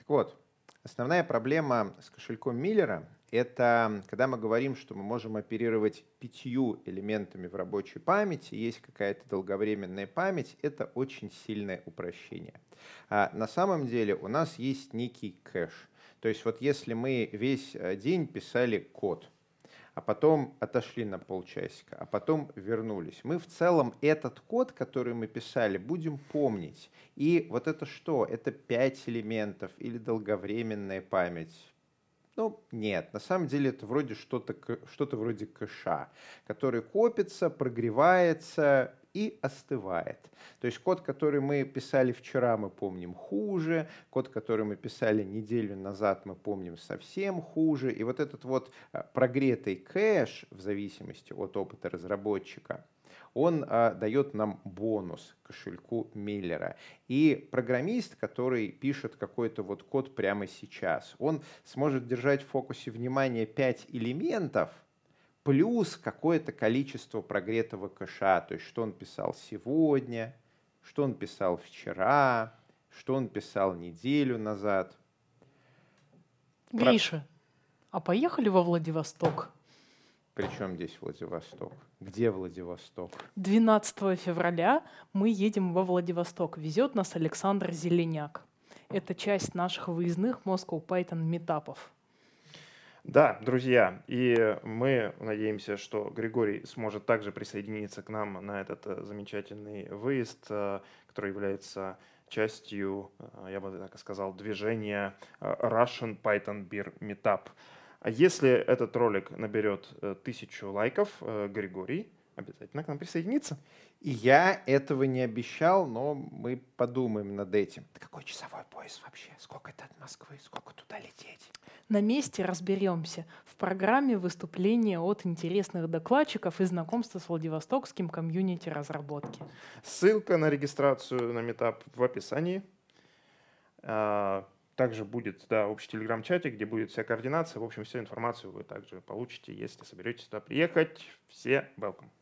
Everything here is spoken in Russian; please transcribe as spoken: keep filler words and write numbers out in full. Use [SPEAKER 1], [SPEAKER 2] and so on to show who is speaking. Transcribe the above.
[SPEAKER 1] Так вот, основная проблема с кошельком Миллера — это когда мы говорим, что мы можем оперировать пятью элементами в рабочей памяти, есть какая-то долговременная память, это очень сильное упрощение. А на самом деле у нас есть некий кэш. То есть вот если мы весь э, день писали код, а потом отошли на полчасика, а потом вернулись. Мы в целом этот код, который мы писали, будем помнить. И вот это что? Это пять элементов или долговременная память? Ну, нет, на самом деле это вроде что-то к- что-то вроде кэша, который копится, прогревается и остывает. То есть код, который мы писали вчера, мы помним хуже, код, который мы писали неделю назад, мы помним совсем хуже. И вот этот вот а, прогретый кэш, в зависимости от опыта разработчика, он а, дает нам бонус к кошельку Миллера. И программист, который пишет какой-то вот код прямо сейчас, он сможет держать в фокусе внимания пять элементов плюс какое-то количество прогретого кэша, то есть что он писал сегодня, что он писал вчера, что он писал неделю назад. Про...
[SPEAKER 2] Гриша, а поехали во Владивосток?
[SPEAKER 1] Причем здесь Владивосток? Где Владивосток?
[SPEAKER 2] двенадцатого февраля мы едем во Владивосток. Везет нас Александр Зеленяк. Это часть наших выездных Moscow Python метапов.
[SPEAKER 3] Да, друзья, и мы надеемся, что Григорий сможет также присоединиться к нам на этот э, замечательный выезд, э, который является частью, э, я бы так и сказал, движения э, Russian Python Beer Meetup. А если этот ролик наберет э, тысячу лайков, э, Григорий обязательно к нам присоединится.
[SPEAKER 1] И я этого не обещал, но мы подумаем над этим. Да какой часовой пояс вообще? Сколько это от Москвы? Сколько туда лететь?
[SPEAKER 2] На месте разберемся. В программе выступления от интересных докладчиков и знакомства с Владивостокским комьюнити разработки.
[SPEAKER 3] Ссылка на регистрацию на метап в описании. А, Также будет, да, общий телеграм-чатик, где будет вся координация. В общем, всю информацию вы также получите, если соберетесь туда приехать. Все welcome.